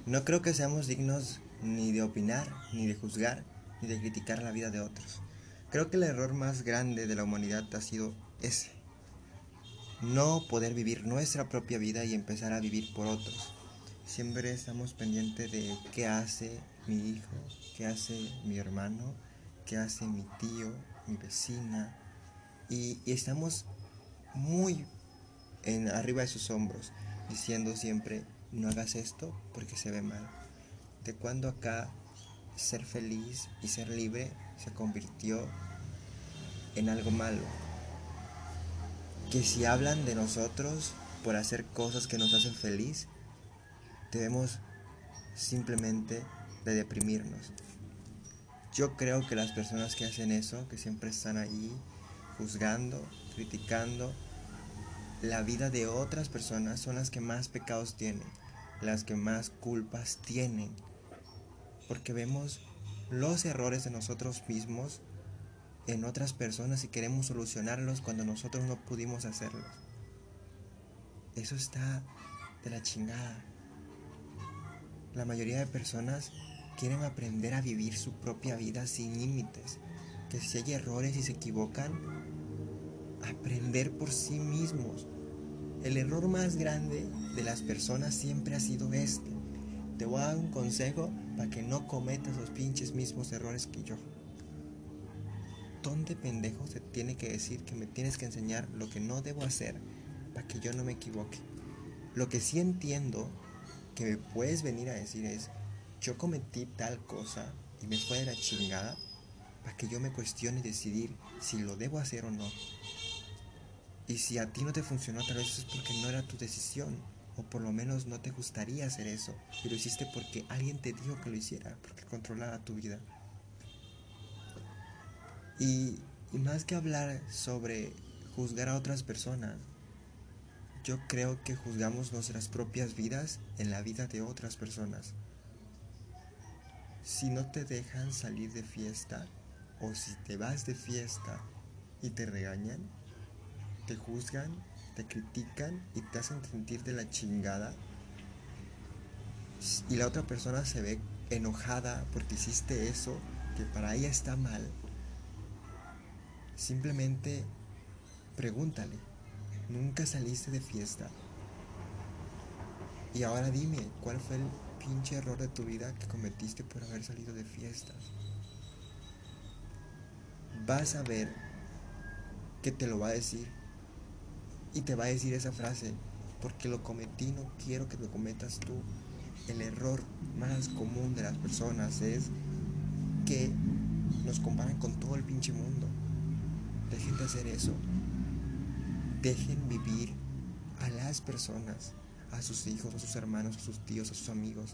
No creo que seamos dignos ni de opinar, ni de juzgar, ni de criticar la vida de otros. Creo que el error más grande de la humanidad ha sido ese: no poder vivir nuestra propia vida y empezar a vivir por otros. Siempre estamos pendientes de qué hace mi hijo, qué hace mi hermano, qué hace mi tío, mi vecina, y estamos muy arriba de sus hombros, diciendo siempre: no hagas esto porque se ve mal. De cuando acá ser feliz y ser libre se convirtió en algo malo. Que si hablan de nosotros por hacer cosas que nos hacen feliz, debemos simplemente de deprimirnos. Yo creo que las personas que hacen eso, que siempre están ahí juzgando, criticando la vida de otras personas, son las que más pecados tienen, las que más culpas tienen, porque vemos los errores de nosotros mismos en otras personas y queremos solucionarlos cuando nosotros no pudimos hacerlos. Eso está de la chingada. La mayoría de personas quieren aprender a vivir su propia vida sin límites, que si hay errores y se equivocan, aprender por sí mismos. El error más grande de las personas siempre ha sido este: te voy a dar un consejo para que no cometas los pinches mismos errores que yo. ¿Dónde pendejo se tiene que decir que me tienes que enseñar lo que no debo hacer para que yo no me equivoque? Lo que sí entiendo que me puedes venir a decir es: yo cometí tal cosa y me fue de la chingada, para que yo me cuestione y decidir si lo debo hacer o no. Y si a ti no te funcionó, tal vez es porque no era tu decisión, o por lo menos no te gustaría hacer eso, y lo hiciste porque alguien te dijo que lo hiciera, porque controlaba tu vida. Y más que hablar sobre juzgar a otras personas, yo creo que juzgamos nuestras propias vidas en la vida de otras personas. Si no te dejan salir de fiesta, o si te vas de fiesta y te regañan, te juzgan, te critican y te hacen sentir de la chingada, y la otra persona se ve enojada porque hiciste eso que para ella está mal, simplemente pregúntale: ¿nunca saliste de fiesta? Y ahora dime, ¿cuál fue el pinche error de tu vida que cometiste por haber salido de fiestas? Vas a ver que te lo va a decir, y te va a decir esa frase: porque lo cometí, no quiero que lo cometas tú. El error más común de las personas es que nos comparan con todo el pinche mundo. Dejen de hacer eso. Dejen vivir a las personas, a sus hijos, a sus hermanos, a sus tíos, a sus amigos.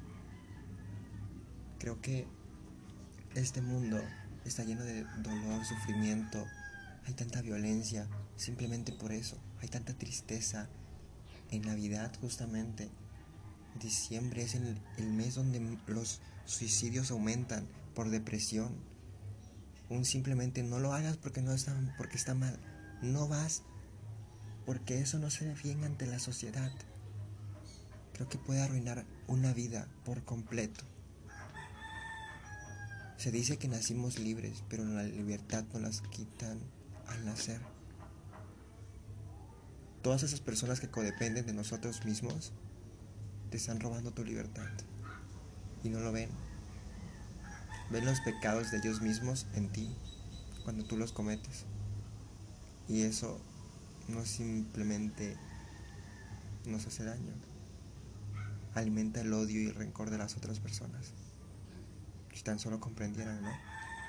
Creo que este mundo está lleno de dolor, sufrimiento. Hay tanta violencia simplemente por eso. Hay tanta tristeza. En Navidad, justamente, diciembre es el mes donde los suicidios aumentan por depresión. Simplemente no lo hagas porque está mal. No vas porque eso no se ve bien ante la sociedad. Creo que puede arruinar una vida por completo. Se dice que nacimos libres, pero la libertad nos las quitan al nacer. Todas esas personas que codependen de nosotros mismos te están robando tu libertad y no lo ven. Ven los pecados de ellos mismos en ti cuando tú los cometes, y eso no simplemente nos hace daño, alimenta el odio y el rencor de las otras personas. Si tan solo comprendieran, ¿no?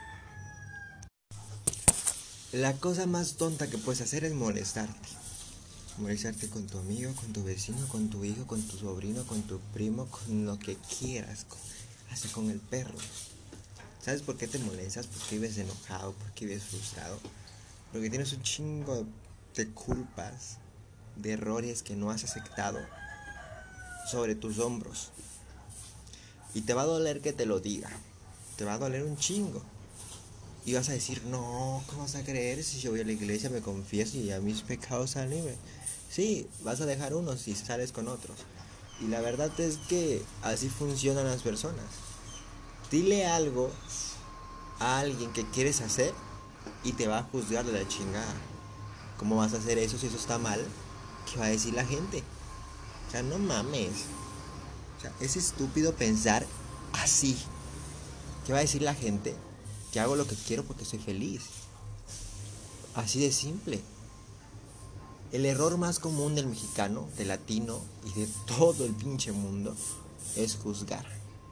La cosa más tonta que puedes hacer es molestarte. Molestarte con tu amigo, con tu vecino, con tu hijo, con tu sobrino, con tu primo, con lo que quieras, hasta con el perro. ¿Sabes por qué te molestas? Porque vives enojado, porque vives frustrado, porque tienes un chingo de culpas, de errores que no has aceptado sobre tus hombros. Y te va a doler que te lo diga. Te va a doler un chingo. Y vas a decir: no, ¿cómo vas a creer? Si yo voy a la iglesia, me confieso y a mis pecados salen libres. Sí, vas a dejar unos y sales con otros. Y la verdad es que así funcionan las personas. Dile algo a alguien que quieres hacer y te va a juzgar de la chingada. ¿Cómo vas a hacer eso si eso está mal? ¿Qué va a decir la gente? O sea, no mames. O sea, es estúpido pensar así. ¿Qué va a decir la gente? Que hago lo que quiero porque soy feliz. Así de simple. El error más común del mexicano, del latino y de todo el pinche mundo es juzgar.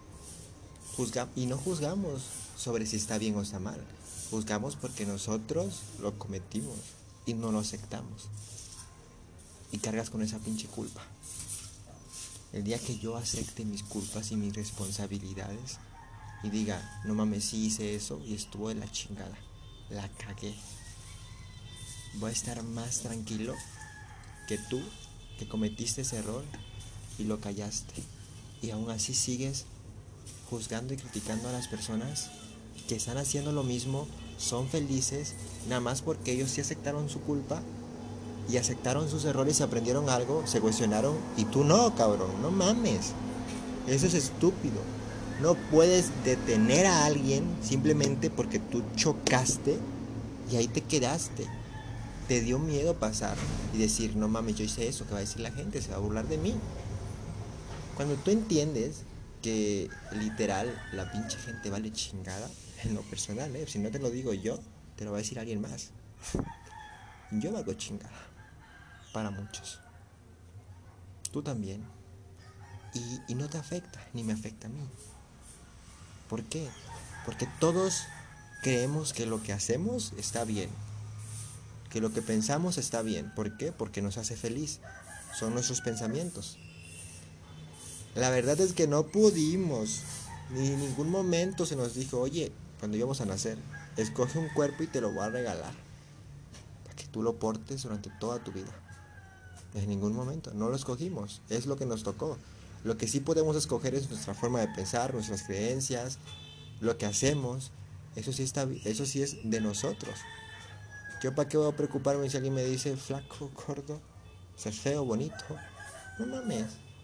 Y no juzgamos sobre si está bien o está mal. Juzgamos porque nosotros lo cometimos y no lo aceptamos. Y cargas con esa pinche culpa. El día que yo acepte mis culpas y mis responsabilidades y diga, no mames, sí hice eso y estuvo de la chingada, la cagué, voy a estar más tranquilo que tú, que cometiste ese error y lo callaste. Y aún así sigues juzgando y criticando a las personas que están haciendo lo mismo, son felices, nada más porque ellos sí aceptaron su culpa y aceptaron sus errores y aprendieron algo, se cuestionaron, y tú no, cabrón, no mames. Eso es estúpido. No puedes detener a alguien simplemente porque tú chocaste y ahí te quedaste. Te dio miedo pasar y decir, no mames, yo hice eso, ¿qué va a decir la gente? Se va a burlar de mí. Cuando tú entiendes que literal la pinche gente vale chingada, en lo personal, si no te lo digo yo, te lo va a decir alguien más. Yo valgo chingada para muchos. Tú también. Y no te afecta, ni me afecta a mí. ¿Por qué? Porque todos creemos que lo que hacemos está bien, que lo que pensamos está bien. ¿Por qué? Porque nos hace feliz. Son nuestros pensamientos. La verdad es que no pudimos, ni en ningún momento se nos dijo, oye, cuando íbamos a nacer, escoge un cuerpo y te lo voy a regalar, para que tú lo portes durante toda tu vida. En ningún momento, no lo escogimos, es lo que nos tocó. Lo que sí podemos escoger es nuestra forma de pensar, nuestras creencias, lo que hacemos. Eso sí es de nosotros. ¿Yo para qué voy a preocuparme si alguien me dice flaco, gordo, o sea, feo, bonito? No mames.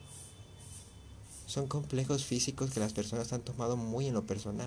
Son complejos físicos que las personas han tomado muy en lo personal.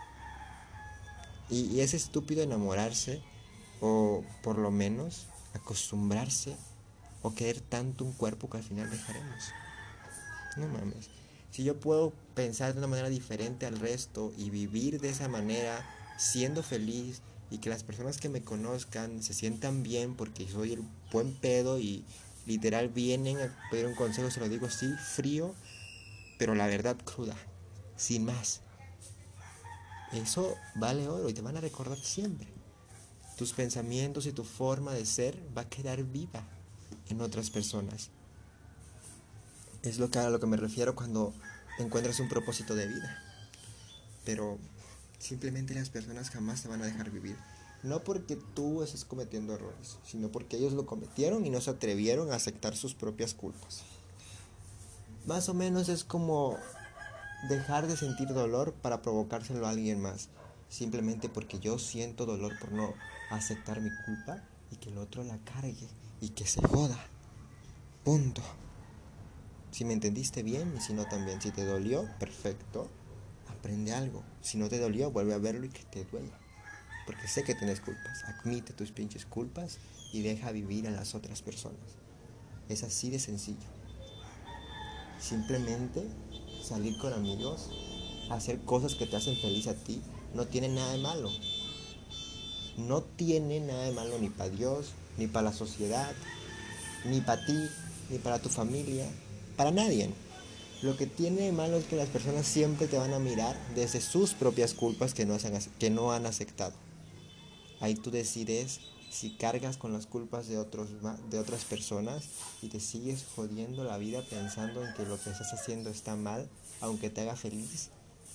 Y es estúpido enamorarse o por lo menos acostumbrarse o querer tanto un cuerpo que al final dejaremos. No mames. Si yo puedo pensar de una manera diferente al resto y vivir de esa manera, siendo feliz y que las personas que me conozcan se sientan bien porque soy el buen pedo y literal vienen a pedir un consejo, se lo digo así, frío, pero la verdad cruda, sin más. Eso vale oro y te van a recordar siempre. Tus pensamientos y tu forma de ser va a quedar viva en otras personas. Es a lo que me refiero cuando encuentras un propósito de vida. Pero simplemente las personas jamás te van a dejar vivir. No porque tú estés cometiendo errores, sino porque ellos lo cometieron y no se atrevieron a aceptar sus propias culpas. Más o menos es como dejar de sentir dolor para provocárselo a alguien más. Simplemente porque yo siento dolor por no aceptar mi culpa y que el otro la cargue y que se joda. Punto. Si me entendiste bien y si no también. Si te dolió, perfecto. Aprende algo. Si no te dolió, vuelve a verlo y que te duela. Porque sé que tienes culpas. Admite tus pinches culpas y deja vivir a las otras personas. Es así de sencillo. Simplemente salir con amigos, hacer cosas que te hacen feliz a ti, no tiene nada de malo. No tiene nada de malo ni para Dios, ni para la sociedad, ni para ti, ni para tu familia, para nadie. Lo que tiene de malo es que las personas siempre te van a mirar desde sus propias culpas que no han aceptado. Ahí tú decides si cargas con las culpas de otras personas y te sigues jodiendo la vida pensando en que lo que estás haciendo está mal, aunque te haga feliz,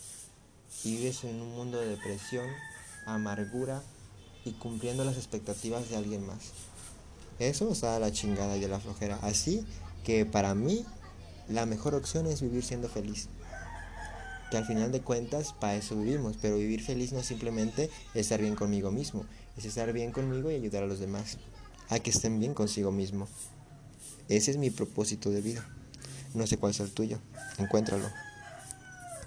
y vives en un mundo de depresión, amargura y cumpliendo las expectativas de alguien más. Eso está a la chingada y de la flojera. Así que para mí la mejor opción es vivir siendo feliz. Que al final de cuentas para eso vivimos, pero vivir feliz no es simplemente estar bien conmigo mismo, es estar bien conmigo y ayudar a los demás a que estén bien consigo mismo. Ese es mi propósito de vida. No sé cuál es el tuyo. Encuéntralo.